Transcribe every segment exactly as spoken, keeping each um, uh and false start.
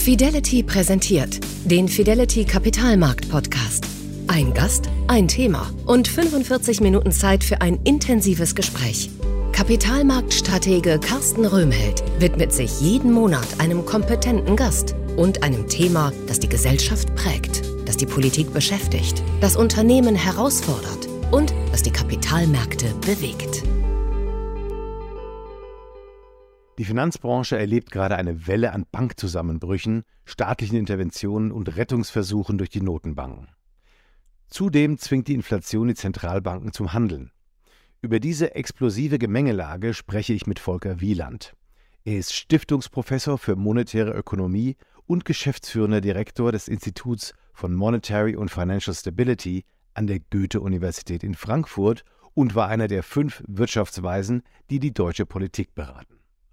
Fidelity präsentiert den Fidelity Kapitalmarkt Podcast. Ein Gast, ein Thema und fünfundvierzig Minuten Zeit für ein intensives Gespräch. Kapitalmarktstratege Carsten Röhmheld widmet sich jeden Monat einem kompetenten Gast und einem Thema, das die Gesellschaft prägt, das die Politik beschäftigt, das Unternehmen herausfordert und das die Kapitalmärkte bewegt. Die Finanzbranche erlebt gerade eine Welle an Bankzusammenbrüchen, staatlichen Interventionen und Rettungsversuchen durch die Notenbanken. Zudem zwingt die Inflation die Zentralbanken zum Handeln. Über diese explosive Gemengelage spreche ich mit Volker Wieland. Er ist Stiftungsprofessor für monetäre Ökonomie und geschäftsführender Direktor des Instituts von Monetary und Financial Stability an der Goethe-Universität in Frankfurt und war einer der fünf Wirtschaftsweisen, die die deutsche Politik beraten.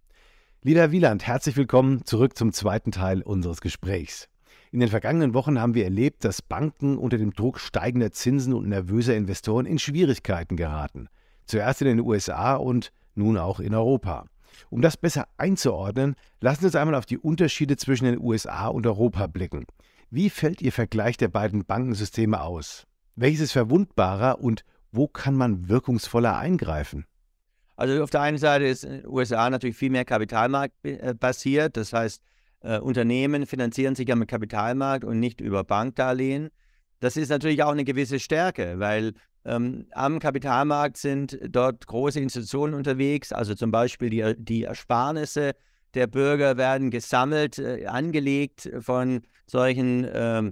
Lieber Wieland, herzlich willkommen zurück zum zweiten Teil unseres Gesprächs. In den vergangenen Wochen haben wir erlebt, dass Banken unter dem Druck steigender Zinsen und nervöser Investoren in Schwierigkeiten geraten. Zuerst in den U S A und nun auch in Europa. Um das besser einzuordnen, lassen Sie uns einmal auf die Unterschiede zwischen den U S A und Europa blicken. Wie fällt Ihr Vergleich der beiden Bankensysteme aus? Welches ist verwundbarer und wo kann man wirkungsvoller eingreifen? Also auf der einen Seite ist in den U S A natürlich viel mehr Kapitalmarkt basiert. Das heißt, äh, Unternehmen finanzieren sich am Kapitalmarkt und nicht über Bankdarlehen. Das ist natürlich auch eine gewisse Stärke, weil ähm, am Kapitalmarkt sind dort große Institutionen unterwegs. Also zum Beispiel die, die Ersparnisse der Bürger werden gesammelt, äh, angelegt von solchen äh,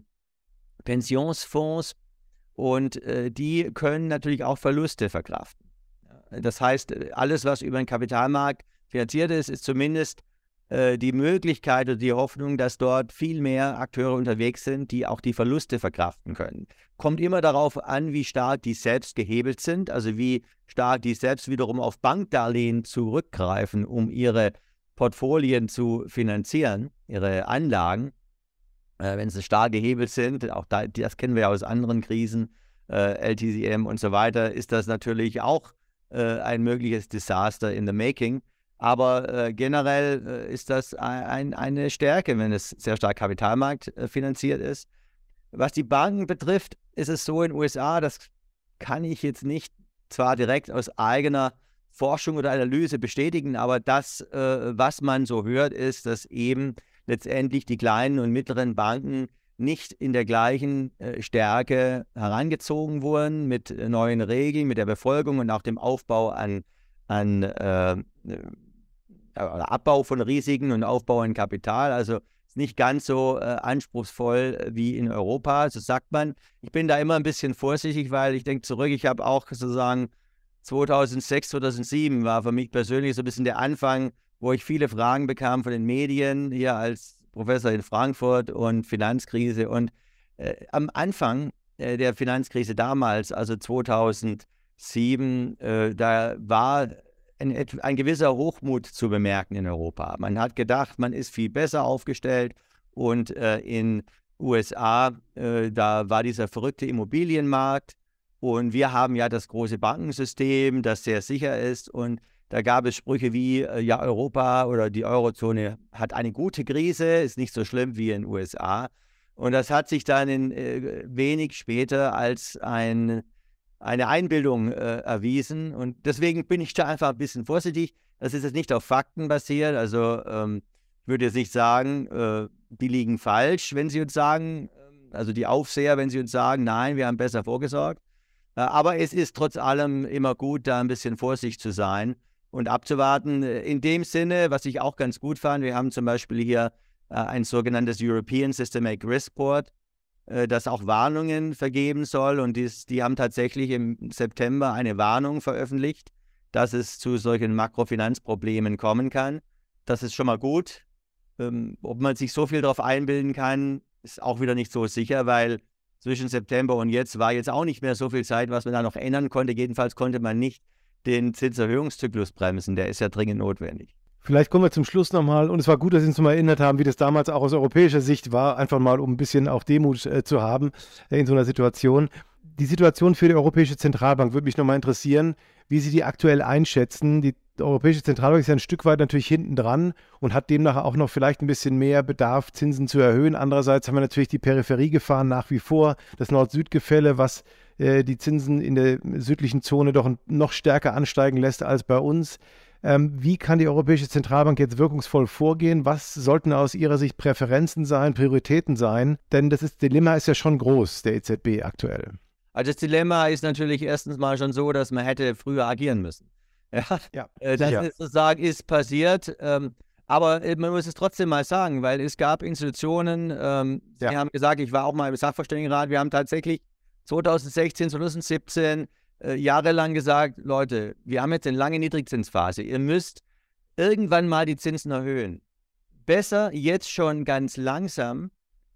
Pensionsfonds und äh, die können natürlich auch Verluste verkraften. Das heißt, alles, was über den Kapitalmarkt finanziert ist, ist zumindest äh, die Möglichkeit oder die Hoffnung, dass dort viel mehr Akteure unterwegs sind, die auch die Verluste verkraften können. Kommt immer darauf an, wie stark die selbst gehebelt sind, also wie stark die selbst wiederum auf Bankdarlehen zurückgreifen, um ihre Portfolien zu finanzieren, ihre Anlagen. Äh, wenn sie stark gehebelt sind, auch da, das kennen wir ja aus anderen Krisen, äh, L T C M und so weiter, ist das natürlich auch ein mögliches Desaster in the making. Aber äh, generell äh, ist das ein, eine Stärke, wenn es sehr stark Kapitalmarkt äh, finanziert ist. Was die Banken betrifft, ist es so in den U S A, das kann ich jetzt nicht zwar direkt aus eigener Forschung oder Analyse bestätigen, aber das, äh, was man so hört, ist, dass eben letztendlich die kleinen und mittleren Banken nicht in der gleichen äh, Stärke herangezogen wurden mit äh, neuen Regeln, mit der Befolgung und auch dem Aufbau an, an äh, äh, Abbau von Risiken und Aufbau an Kapital. Also ist nicht ganz so äh, anspruchsvoll äh, wie in Europa, so sagt man. Ich bin da immer ein bisschen vorsichtig, weil ich denke zurück, ich habe auch sozusagen zweitausendsechs, zweitausendsieben war für mich persönlich so ein bisschen der Anfang, wo ich viele Fragen bekam von den Medien hier als Professor in Frankfurt und Finanzkrise. Und äh, am Anfang äh, der Finanzkrise damals, also zweitausendsieben, äh, da war ein, ein gewisser Hochmut zu bemerken in Europa. Man hat gedacht, man ist viel besser aufgestellt und äh, in U S A, äh, da war dieser verrückte Immobilienmarkt und wir haben ja das große Bankensystem, das sehr sicher ist und da gab es Sprüche wie, äh, ja, Europa oder die Eurozone hat eine gute Krise, ist nicht so schlimm wie in den U S A. Und das hat sich dann in, äh, wenig später als ein, eine Einbildung äh, erwiesen. Und deswegen bin ich da einfach ein bisschen vorsichtig. Das ist jetzt nicht auf Fakten basiert. Also ähm, ich würde jetzt nicht sagen, äh, die liegen falsch, wenn sie uns sagen, äh, also die Aufseher, wenn sie uns sagen, nein, wir haben besser vorgesorgt. Äh, aber es ist trotz allem immer gut, da ein bisschen vorsichtig zu sein und abzuwarten. In dem Sinne, was ich auch ganz gut fand, wir haben zum Beispiel hier äh, ein sogenanntes European Systemic Risk Board, äh, das auch Warnungen vergeben soll und dies, die haben tatsächlich im September eine Warnung veröffentlicht, dass es zu solchen Makrofinanzproblemen kommen kann. Das ist schon mal gut. Ähm, ob man sich so viel darauf einbilden kann, ist auch wieder nicht so sicher, weil zwischen September und jetzt war jetzt auch nicht mehr so viel Zeit, was man da noch ändern konnte. Jedenfalls konnte man nicht den Zinserhöhungszyklus bremsen, der ist ja dringend notwendig. Vielleicht kommen wir zum Schluss nochmal, und es war gut, dass Sie uns nochmal erinnert haben, wie das damals auch aus europäischer Sicht war, einfach mal um ein bisschen auch Demut äh, zu haben äh, in so einer Situation. Die Situation für die Europäische Zentralbank würde mich nochmal interessieren, wie Sie die aktuell einschätzen. Die Europäische Zentralbank ist ja ein Stück weit natürlich hinten dran und hat demnach auch noch vielleicht ein bisschen mehr Bedarf, Zinsen zu erhöhen. Andererseits haben wir natürlich die Peripheriegefahren nach wie vor, das Nord-Süd-Gefälle, was äh, die Zinsen in der südlichen Zone doch noch stärker ansteigen lässt als bei uns. Ähm, wie kann die Europäische Zentralbank jetzt wirkungsvoll vorgehen? Was sollten aus Ihrer Sicht Präferenzen sein, Prioritäten sein? Denn das ist, Dilemma ist ja schon groß, der E Z B aktuell. Also das Dilemma ist natürlich erstens mal schon so, dass man hätte früher agieren müssen. Ja, ja das sicher. ist sozusagen ist passiert. Ähm, aber man muss es trotzdem mal sagen, weil es gab Institutionen, ähm, ja. die haben gesagt, ich war auch mal im Sachverständigenrat, wir haben tatsächlich zweitausendsechzehn, zweitausendsiebzehn äh, jahrelang gesagt, Leute, wir haben jetzt eine lange Niedrigzinsphase, ihr müsst irgendwann mal die Zinsen erhöhen. Besser jetzt schon ganz langsam,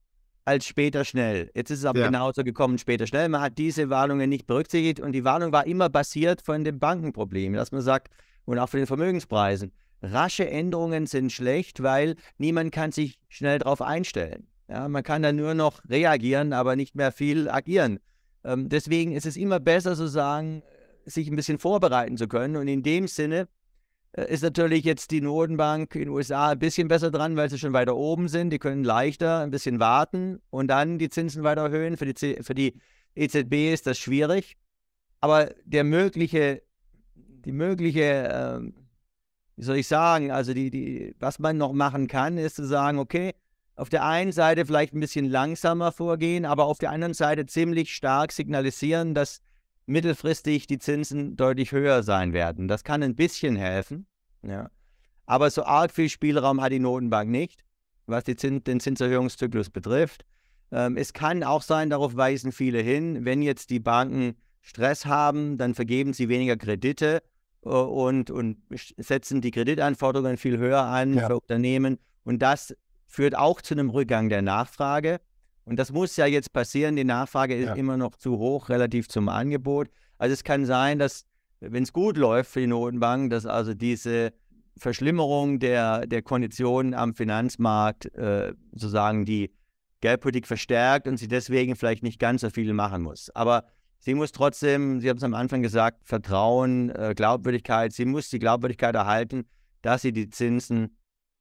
als später schnell. Jetzt ist es aber ja. genauso gekommen, später schnell. Man hat diese Warnungen nicht berücksichtigt und die Warnung war immer basiert von dem Bankenproblem, dass man sagt, und auch von den Vermögenspreisen. Rasche Änderungen sind schlecht, weil niemand kann sich schnell darauf einstellen. Ja, man kann dann nur noch reagieren, aber nicht mehr viel agieren. Ähm, deswegen ist es immer besser, sozusagen, sich ein bisschen vorbereiten zu können. Und in dem Sinne ist natürlich jetzt die Notenbank in den U S A ein bisschen besser dran, weil sie schon weiter oben sind. Die können leichter ein bisschen warten und dann die Zinsen weiter erhöhen. Für die, C- für die E Z B ist das schwierig. Aber der mögliche, die mögliche, ähm, wie soll ich sagen, also die, die, was man noch machen kann, ist zu sagen, okay, auf der einen Seite vielleicht ein bisschen langsamer vorgehen, aber auf der anderen Seite ziemlich stark signalisieren, dass mittelfristig die Zinsen deutlich höher sein werden. Das kann ein bisschen helfen, ja. Aber so arg viel Spielraum hat die Notenbank nicht, was die Zins, den Zinserhöhungszyklus betrifft. Ähm, es kann auch sein, darauf weisen viele hin, wenn jetzt die Banken Stress haben, dann vergeben sie weniger Kredite äh, und, und setzen die Kreditanforderungen viel höher an ja. für Unternehmen. Und das führt auch zu einem Rückgang der Nachfrage. Und das muss ja jetzt passieren. Die Nachfrage ist ja. immer noch zu hoch relativ zum Angebot. Also es kann sein, dass, wenn es gut läuft für die Notenbank, dass also diese Verschlimmerung der, der Konditionen am Finanzmarkt äh, sozusagen die Geldpolitik verstärkt und sie deswegen vielleicht nicht ganz so viel machen muss. Aber sie muss trotzdem, Sie haben es am Anfang gesagt, Vertrauen, äh, Glaubwürdigkeit, sie muss die Glaubwürdigkeit erhalten, dass sie die Zinsen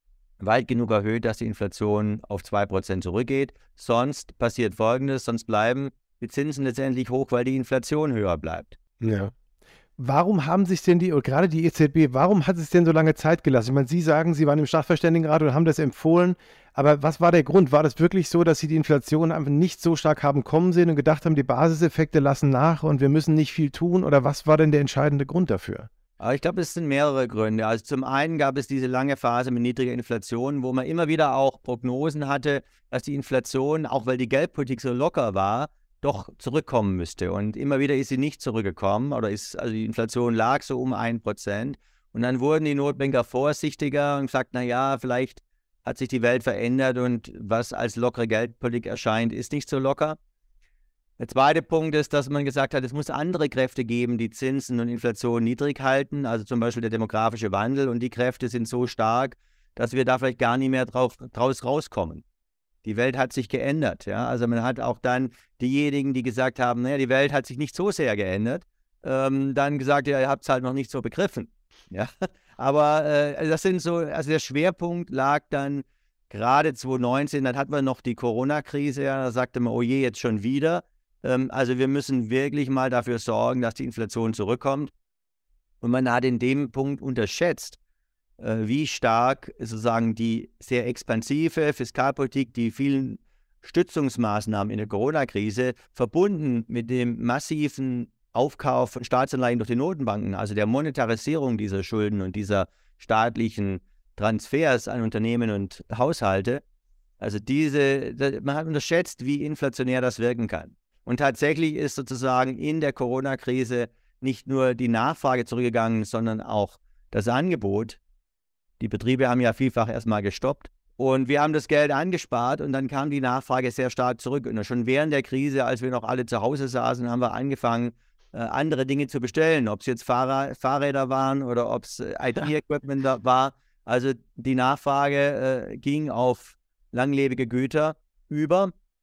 weit genug erhöht, dass die Inflation auf zwei Prozent zurückgeht. Sonst passiert Folgendes, sonst bleiben die Zinsen letztendlich hoch, weil die Inflation höher bleibt. Ja. Warum haben sich denn die, oder gerade die E Z B, warum hat es denn so lange Zeit gelassen? Ich meine, Sie sagen, Sie waren im Sachverständigenrat und haben das empfohlen, aber was war der Grund? War das wirklich so, dass Sie die Inflation einfach nicht so stark haben kommen sehen und gedacht haben, die Basiseffekte lassen nach und wir müssen nicht viel tun? Oder was war denn der entscheidende Grund dafür? Aber ich glaube, es sind mehrere Gründe. Also zum einen gab es diese lange Phase mit niedriger Inflation, wo man immer wieder auch Prognosen hatte, dass die Inflation, auch weil die Geldpolitik so locker war, doch zurückkommen müsste. Und immer wieder ist sie nicht zurückgekommen oder ist, also die Inflation lag so um ein Prozent. Und dann wurden die Notbanker vorsichtiger und gesagt, naja, vielleicht hat sich die Welt verändert und was als lockere Geldpolitik erscheint, ist nicht so locker. Der zweite Punkt ist, dass man gesagt hat, es muss andere Kräfte geben, die Zinsen und Inflation niedrig halten, also zum Beispiel der demografische Wandel, und die Kräfte sind so stark, dass wir da vielleicht gar nicht mehr drauf, draus rauskommen. Die Welt hat sich geändert, ja, also man hat auch dann diejenigen, die gesagt haben, naja, die Welt hat sich nicht so sehr geändert, ähm, dann gesagt, ja, ihr habt es halt noch nicht so begriffen, ja, aber äh, das sind so, also der Schwerpunkt lag dann gerade zweitausendneunzehn, dann hatten wir noch die Corona-Krise, ja, da sagte man, oh je, jetzt schon wieder. Also wir müssen wirklich mal dafür sorgen, dass die Inflation zurückkommt. Und man hat in dem Punkt unterschätzt, wie stark sozusagen die sehr expansive Fiskalpolitik, die vielen Stützungsmaßnahmen in der Corona-Krise, verbunden mit dem massiven Aufkauf von Staatsanleihen durch die Notenbanken, also der Monetarisierung dieser Schulden und dieser staatlichen Transfers an Unternehmen und Haushalte, also diese, man hat unterschätzt, wie inflationär das wirken kann. Und tatsächlich ist sozusagen in der Corona-Krise nicht nur die Nachfrage zurückgegangen, sondern auch das Angebot. Die Betriebe haben ja vielfach erstmal gestoppt. Und wir haben das Geld angespart und dann kam die Nachfrage sehr stark zurück. Und schon während der Krise, als wir noch alle zu Hause saßen, haben wir angefangen, äh, andere Dinge zu bestellen. Ob es jetzt Fahrrad, Fahrräder waren oder ob es äh, I T-Equipment war. Also die Nachfrage äh, ging auf langlebige Güter über.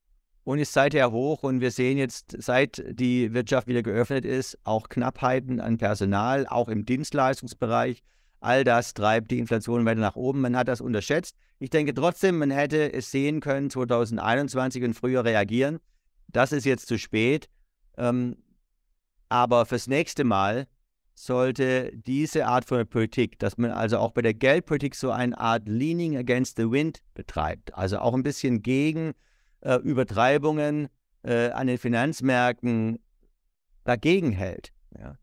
und ist seither hoch. Und wir sehen jetzt, seit die Wirtschaft wieder geöffnet ist, auch Knappheiten an Personal, auch im Dienstleistungsbereich. All das treibt die Inflation weiter nach oben. Man hat das unterschätzt. Ich denke trotzdem, man hätte es sehen können, zwanzig einundzwanzig und früher reagieren. Das ist jetzt zu spät. Ähm, aber fürs nächste Mal sollte diese Art von Politik, dass man also auch bei der Geldpolitik so eine Art Leaning against the wind betreibt, also auch ein bisschen gegen äh, Übertreibungen äh, an den Finanzmärkten dagegen hält. Ja.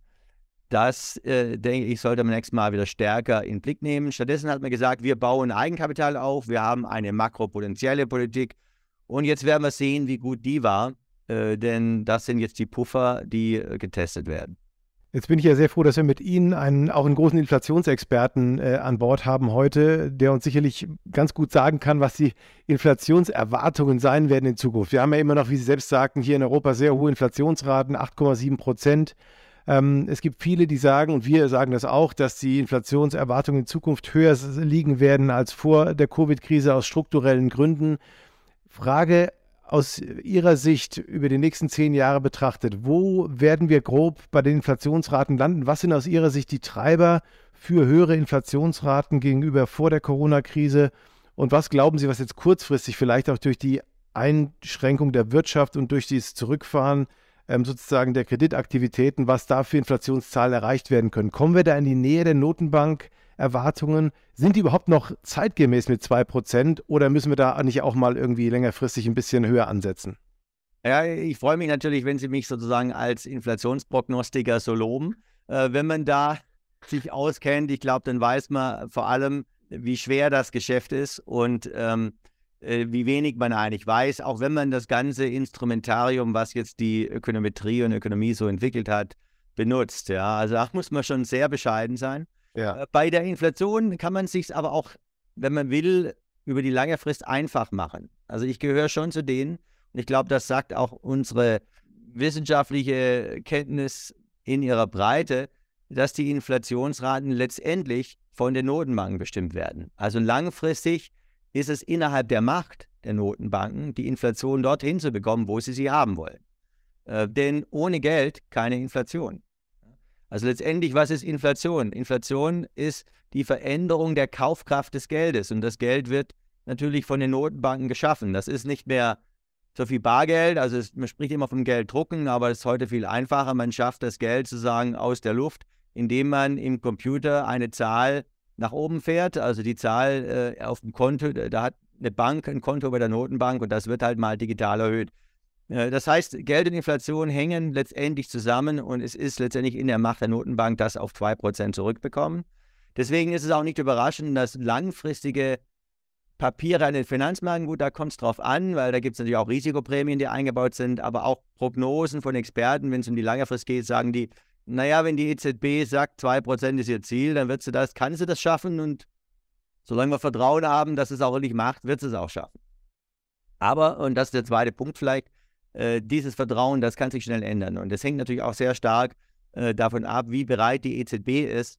Das, äh, denke ich, sollte man nächstes Mal wieder stärker in den Blick nehmen. Stattdessen hat man gesagt, wir bauen Eigenkapital auf, wir haben eine makropotenzielle Politik und jetzt werden wir sehen, wie gut die war, äh, denn das sind jetzt die Puffer, die äh, getestet werden. Jetzt bin ich ja sehr froh, dass wir mit Ihnen einen, auch einen großen Inflationsexperten äh, an Bord haben heute, der uns sicherlich ganz gut sagen kann, was die Inflationserwartungen sein werden in Zukunft. Wir haben ja immer noch, wie Sie selbst sagten, hier in Europa sehr hohe Inflationsraten, acht Komma sieben Prozent. Ähm, es gibt viele, die sagen, und wir sagen das auch, dass die Inflationserwartungen in Zukunft höher liegen werden als vor der Covid-Krise aus strukturellen Gründen. Frage aus Ihrer Sicht über die nächsten zehn Jahre betrachtet, wo werden wir grob bei den Inflationsraten landen? Was sind aus Ihrer Sicht die Treiber für höhere Inflationsraten gegenüber vor der Corona-Krise? Und was glauben Sie, was jetzt kurzfristig vielleicht auch durch die Einschränkung der Wirtschaft und durch dieses Zurückfahren ähm, sozusagen der Kreditaktivitäten, was da für Inflationszahlen erreicht werden können? Kommen wir da in die Nähe der Notenbank-Erwartungen? Sind die überhaupt noch zeitgemäß mit zwei Prozent oder müssen wir da nicht auch mal irgendwie längerfristig ein bisschen höher ansetzen? Ja, ich freue mich natürlich, wenn Sie mich sozusagen als Inflationsprognostiker so loben. Äh, wenn man da sich auskennt, ich glaube, dann weiß man vor allem, wie schwer das Geschäft ist und ähm, äh, wie wenig man eigentlich weiß, auch wenn man das ganze Instrumentarium, was jetzt die Ökonometrie und Ökonomie so entwickelt hat, benutzt. Ja, also da muss man schon sehr bescheiden sein. Ja. Bei der Inflation kann man es sich aber auch, wenn man will, über die lange Frist einfach machen. Also ich gehöre schon zu denen, und ich glaube, das sagt auch unsere wissenschaftliche Kenntnis in ihrer Breite, dass die Inflationsraten letztendlich von den Notenbanken bestimmt werden. Also langfristig ist es innerhalb der Macht der Notenbanken, die Inflation dorthin zu bekommen, wo sie sie haben wollen. Äh, denn ohne Geld keine Inflation. Also letztendlich, was ist Inflation? Inflation ist die Veränderung der Kaufkraft des Geldes. Und das Geld wird natürlich von den Notenbanken geschaffen. Das ist nicht mehr so viel Bargeld. Also es, man spricht immer vom Gelddrucken, aber es ist heute viel einfacher. Man schafft das Geld sozusagen aus der Luft, indem man im Computer eine Zahl nach oben fährt. Also die Zahl äh, auf dem Konto, da hat eine Bank ein Konto bei der Notenbank und das wird halt mal digital erhöht. Das heißt, Geld und Inflation hängen letztendlich zusammen und es ist letztendlich in der Macht der Notenbank, das auf zwei Prozent zurückbekommen. Deswegen ist es auch nicht überraschend, dass langfristige Papiere an den Finanzmärkten, gut, da kommt es drauf an, weil da gibt es natürlich auch Risikoprämien, die eingebaut sind, aber auch Prognosen von Experten, wenn es um die lange Frist geht, sagen die, naja, wenn die E Z B sagt, zwei Prozent ist ihr Ziel, dann wird sie das, kann sie das schaffen und solange wir Vertrauen haben, dass es auch wirklich macht, wird sie es auch schaffen. Aber, und das ist der zweite Punkt vielleicht, Äh, dieses Vertrauen, das kann sich schnell ändern. Und das hängt natürlich auch sehr stark äh, davon ab, wie bereit die E Z B ist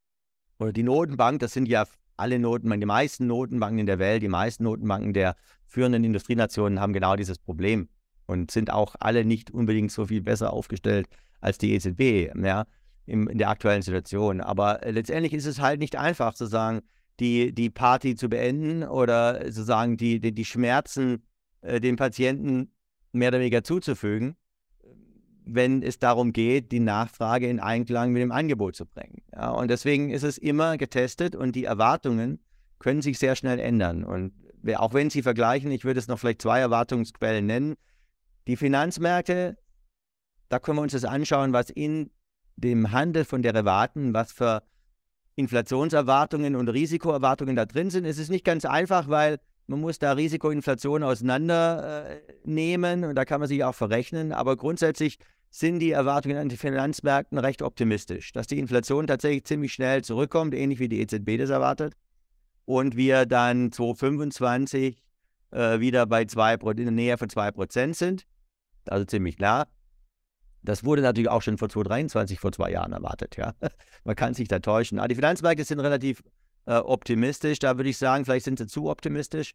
oder die Notenbank, das sind ja alle Notenbanken, die meisten Notenbanken in der Welt, die meisten Notenbanken der führenden Industrienationen haben genau dieses Problem und sind auch alle nicht unbedingt so viel besser aufgestellt als die E Z B, ja, im, in der aktuellen Situation. Aber äh, letztendlich ist es halt nicht einfach, sozusagen die, die Party zu beenden oder sozusagen die, die, die Schmerzen äh, den Patienten mehr oder weniger zuzufügen, wenn es darum geht, die Nachfrage in Einklang mit dem Angebot zu bringen. Ja, und deswegen ist es immer getestet und die Erwartungen können sich sehr schnell ändern. Und auch wenn Sie vergleichen, ich würde es noch vielleicht zwei Erwartungsquellen nennen, die Finanzmärkte, da können wir uns das anschauen, was in dem Handel von Derivaten, was für Inflationserwartungen und Risikoerwartungen da drin sind. Es ist nicht ganz einfach, weil man muss da Risikoinflation auseinandernehmen äh, und da kann man sich auch verrechnen. Aber grundsätzlich sind die Erwartungen an die Finanzmärkten recht optimistisch, dass die Inflation tatsächlich ziemlich schnell zurückkommt, ähnlich wie die E Z B das erwartet. Und wir dann zweitausendfünfundzwanzig äh, wieder bei zwei, in der Nähe von zwei Prozent sind. Also ziemlich klar. Das wurde natürlich auch schon vor zweitausenddreiundzwanzig, vor zwei Jahren erwartet. Ja. Man kann sich da täuschen. Aber die Finanzmärkte sind relativ optimistisch, da würde ich sagen, vielleicht sind sie zu optimistisch.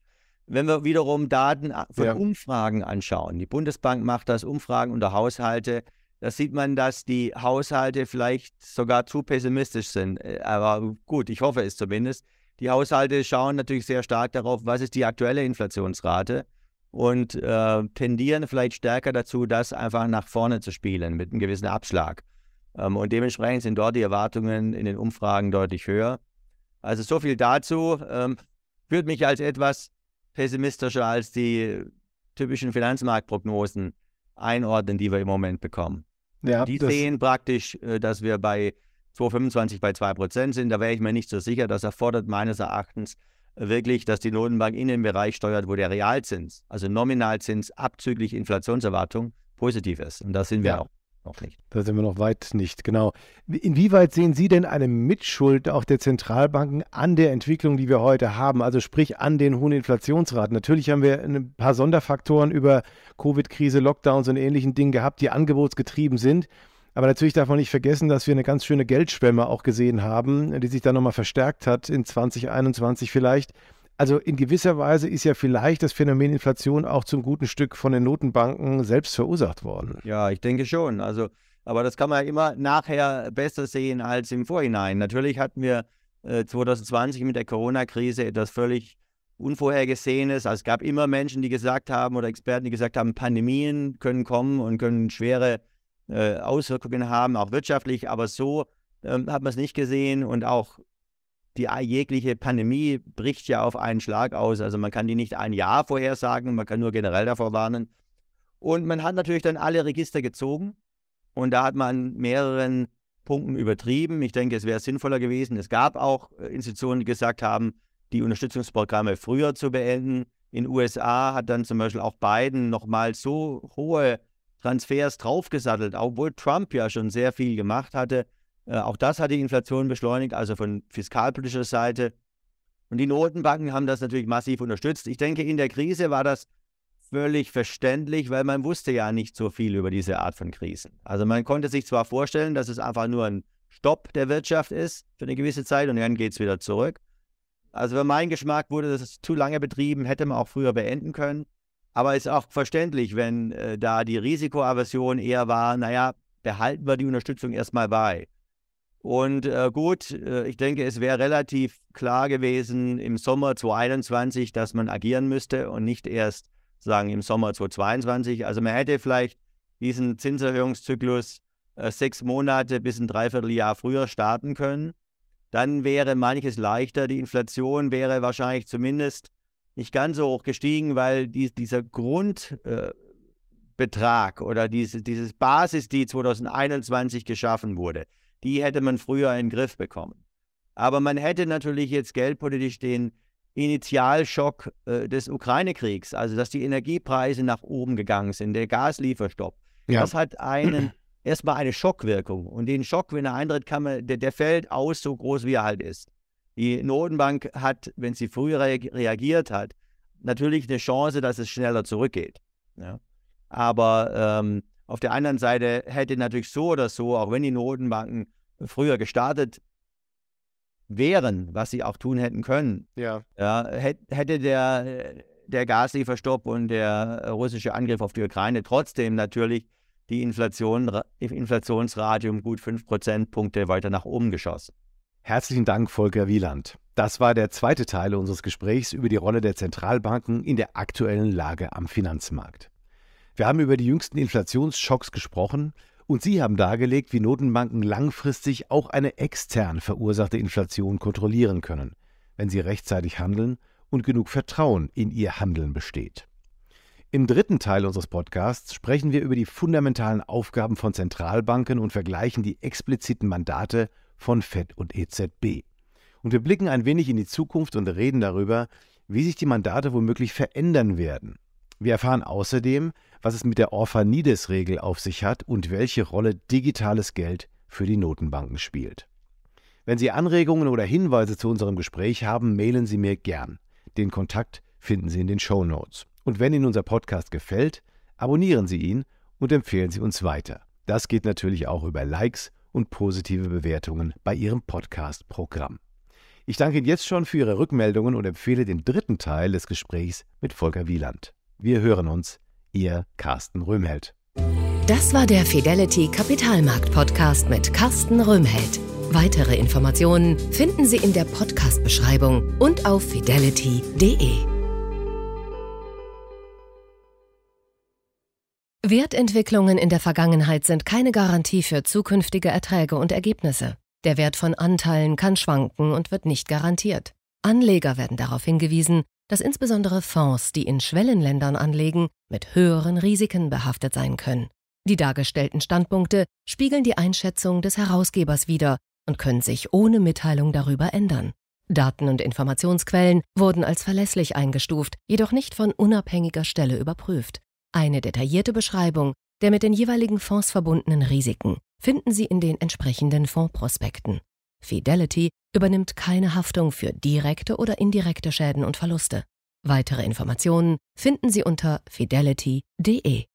wenn wir wiederum Daten von Ja. Umfragen anschauen, die Bundesbank macht das, Umfragen unter Haushalte, da sieht man, dass die Haushalte vielleicht sogar zu pessimistisch sind. Aber gut, ich hoffe es zumindest. Die Haushalte schauen natürlich sehr stark darauf, was ist die aktuelle Inflationsrate und äh, tendieren vielleicht stärker dazu, das einfach nach vorne zu spielen mit einem gewissen Abschlag. Ähm, und dementsprechend sind dort die Erwartungen in den Umfragen deutlich höher. Also so viel dazu. Ähm, führt mich als etwas pessimistischer als die typischen Finanzmarktprognosen einordnen, die wir im Moment bekommen. Ja, die das, sehen praktisch, äh, dass wir bei zwanzig fünfundzwanzig bei zwei Prozent sind. Da wäre ich mir nicht so sicher. Das erfordert meines Erachtens wirklich, dass die Notenbank in den Bereich steuert, wo der Realzins, also Nominalzins abzüglich Inflationserwartung, positiv ist. Und da sind wir Ja. auch noch nicht. Da sind wir noch weit nicht, genau. Inwieweit sehen Sie denn eine Mitschuld auch der Zentralbanken an der Entwicklung, die wir heute haben? Also sprich an den hohen Inflationsraten. Natürlich haben wir ein paar Sonderfaktoren über Covid-Krise, Lockdowns und ähnlichen Dingen gehabt, die angebotsgetrieben sind. Aber natürlich darf man nicht vergessen, dass wir eine ganz schöne Geldschwemme auch gesehen haben, die sich dann nochmal verstärkt hat in zwanzig einundzwanzig vielleicht. Also in gewisser Weise ist ja vielleicht das Phänomen Inflation auch zum guten Stück von den Notenbanken selbst verursacht worden. Ja, ich denke schon. Also, aber das kann man ja immer nachher besser sehen als im Vorhinein. Natürlich hatten wir äh, zwanzig zwanzig mit der Corona-Krise etwas völlig Unvorhergesehenes. Also es gab immer Menschen, die gesagt haben oder Experten, die gesagt haben, Pandemien können kommen und können schwere äh, Auswirkungen haben, auch wirtschaftlich. Aber so ähm, hat man es nicht gesehen und auch die jegliche Pandemie bricht ja auf einen Schlag aus. Also man kann die nicht ein Jahr vorhersagen, man kann nur generell davor warnen. Und man hat natürlich dann alle Register gezogen und da hat man an mehreren Punkten übertrieben. Ich denke, es wäre sinnvoller gewesen. Es gab auch Institutionen, die gesagt haben, die Unterstützungsprogramme früher zu beenden. In den U S A hat dann zum Beispiel auch Biden nochmal so hohe Transfers draufgesattelt, obwohl Trump ja schon sehr viel gemacht hatte. Äh, auch das hat die Inflation beschleunigt, also von fiskalpolitischer Seite. Und die Notenbanken haben das natürlich massiv unterstützt. Ich denke, in der Krise war das völlig verständlich, weil man wusste ja nicht so viel über diese Art von Krisen. Also man konnte sich zwar vorstellen, dass es einfach nur ein Stopp der Wirtschaft ist für eine gewisse Zeit und dann geht es wieder zurück. Also für meinen Geschmack wurde das zu lange betrieben, hätte man auch früher beenden können. Aber es ist auch verständlich, wenn äh, da die Risikoaversion eher war, naja, behalten wir die Unterstützung erstmal bei. Und äh, gut, äh, ich denke, es wäre relativ klar gewesen im Sommer zwanzig einundzwanzig, dass man agieren müsste und nicht erst sagen im Sommer zwanzig zweiundzwanzig. Also man hätte vielleicht diesen Zinserhöhungszyklus äh, sechs Monate bis ein Dreivierteljahr früher starten können. Dann wäre manches leichter. Die Inflation wäre wahrscheinlich zumindest nicht ganz so hoch gestiegen, weil die, dieser Grundbetrag äh, oder diese dieses Basis, die zwanzig einundzwanzig geschaffen wurde, die hätte man früher in den Griff bekommen. Aber man hätte natürlich jetzt geldpolitisch den Initialschock äh, des Ukraine-Kriegs, also dass die Energiepreise nach oben gegangen sind, der Gaslieferstopp, Ja. das hat einen erstmal eine Schockwirkung. Und den Schock, wenn er eintritt, kann man, der, der fällt aus, so groß wie er halt ist. Die Notenbank hat, wenn sie früher reagiert hat, natürlich eine Chance, dass es schneller zurückgeht. Ja. Aber ähm, auf der anderen Seite hätte natürlich so oder so, auch wenn die Notenbanken früher gestartet wären, was sie auch tun hätten können, Ja. ja, hätte der, der Gaslieferstopp und der russische Angriff auf die Ukraine trotzdem natürlich die Inflation, Inflationsrate um gut fünf Prozentpunkte weiter nach oben geschossen. Herzlichen Dank, Volker Wieland. Das war der zweite Teil unseres Gesprächs über die Rolle der Zentralbanken in der aktuellen Lage am Finanzmarkt. Wir haben über die jüngsten Inflationsschocks gesprochen und Sie haben dargelegt, wie Notenbanken langfristig auch eine extern verursachte Inflation kontrollieren können, wenn sie rechtzeitig handeln und genug Vertrauen in ihr Handeln besteht. Im dritten Teil unseres Podcasts sprechen wir über die fundamentalen Aufgaben von Zentralbanken und vergleichen die expliziten Mandate von Fed und E Z B. Und wir blicken ein wenig in die Zukunft und reden darüber, wie sich die Mandate womöglich verändern werden. Wir erfahren außerdem, was es mit der Orphanides-Regel auf sich hat und welche Rolle digitales Geld für die Notenbanken spielt. Wenn Sie Anregungen oder Hinweise zu unserem Gespräch haben, mailen Sie mir gern. Den Kontakt finden Sie in den Shownotes. Und wenn Ihnen unser Podcast gefällt, abonnieren Sie ihn und empfehlen Sie uns weiter. Das geht natürlich auch über Likes und positive Bewertungen bei Ihrem Podcast-Programm. Ich danke Ihnen jetzt schon für Ihre Rückmeldungen und empfehle den dritten Teil des Gesprächs mit Volker Wieland. Wir hören uns. Ihr Carsten Röhmheld. Das war der Fidelity Kapitalmarkt Podcast mit Carsten Röhmheld. Weitere Informationen finden Sie in der Podcast-Beschreibung und auf fidelity punkt de. Wertentwicklungen in der Vergangenheit sind keine Garantie für zukünftige Erträge und Ergebnisse. Der Wert von Anteilen kann schwanken und wird nicht garantiert. Anleger werden darauf hingewiesen, dass insbesondere Fonds, die in Schwellenländern anlegen, mit höheren Risiken behaftet sein können. Die dargestellten Standpunkte spiegeln die Einschätzung des Herausgebers wider und können sich ohne Mitteilung darüber ändern. Daten und Informationsquellen wurden als verlässlich eingestuft, jedoch nicht von unabhängiger Stelle überprüft. Eine detaillierte Beschreibung der mit den jeweiligen Fonds verbundenen Risiken finden Sie in den entsprechenden Fondsprospekten. Fidelity übernimmt keine Haftung für direkte oder indirekte Schäden und Verluste. Weitere Informationen finden Sie unter fidelity punkt de.